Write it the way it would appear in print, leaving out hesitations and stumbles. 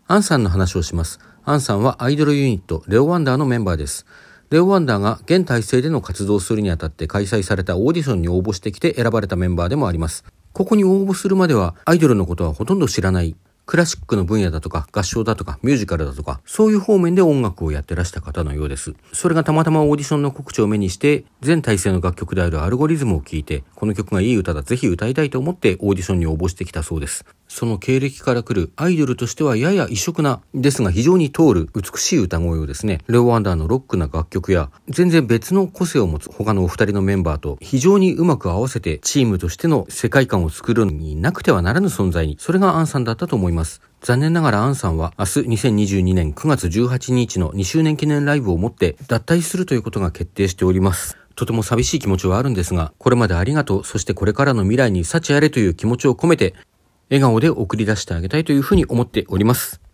アンさんの話をします。アンさんはアイドルユニットレオワンダーのメンバーです。レオワンダーが現体制での活動をするにあたって開催されたオーディションに応募してきて選ばれたメンバーでもあります。ここに応募するまではアイドルのことはほとんど知らない。クラシックの分野だとか合唱だとかミュージカルだとかそういう方面で音楽をやってらした方のようです。それがたまたまオーディションの告知を目にして全体制の楽曲であるアルゴリズムを聴いてこの曲がいい歌だぜひ歌いたいと思ってオーディションに応募してきたそうです。その経歴から来るアイドルとしてはやや異色なですが非常に通る美しい歌声をですね、レオワンダーのロックな楽曲や全然別の個性を持つ他のお二人のメンバーと非常にうまく合わせてチームとしての世界観を作るのになくてはならぬ存在に、それがアンさんだったと思います。残念ながらアンさんは明日2022年9月18日の2周年記念ライブをもって脱退するということが決定しております。とても寂しい気持ちはあるんですが、これまでありがとう、そしてこれからの未来に幸あれという気持ちを込めて笑顔で送り出してあげたいというふうに思っております。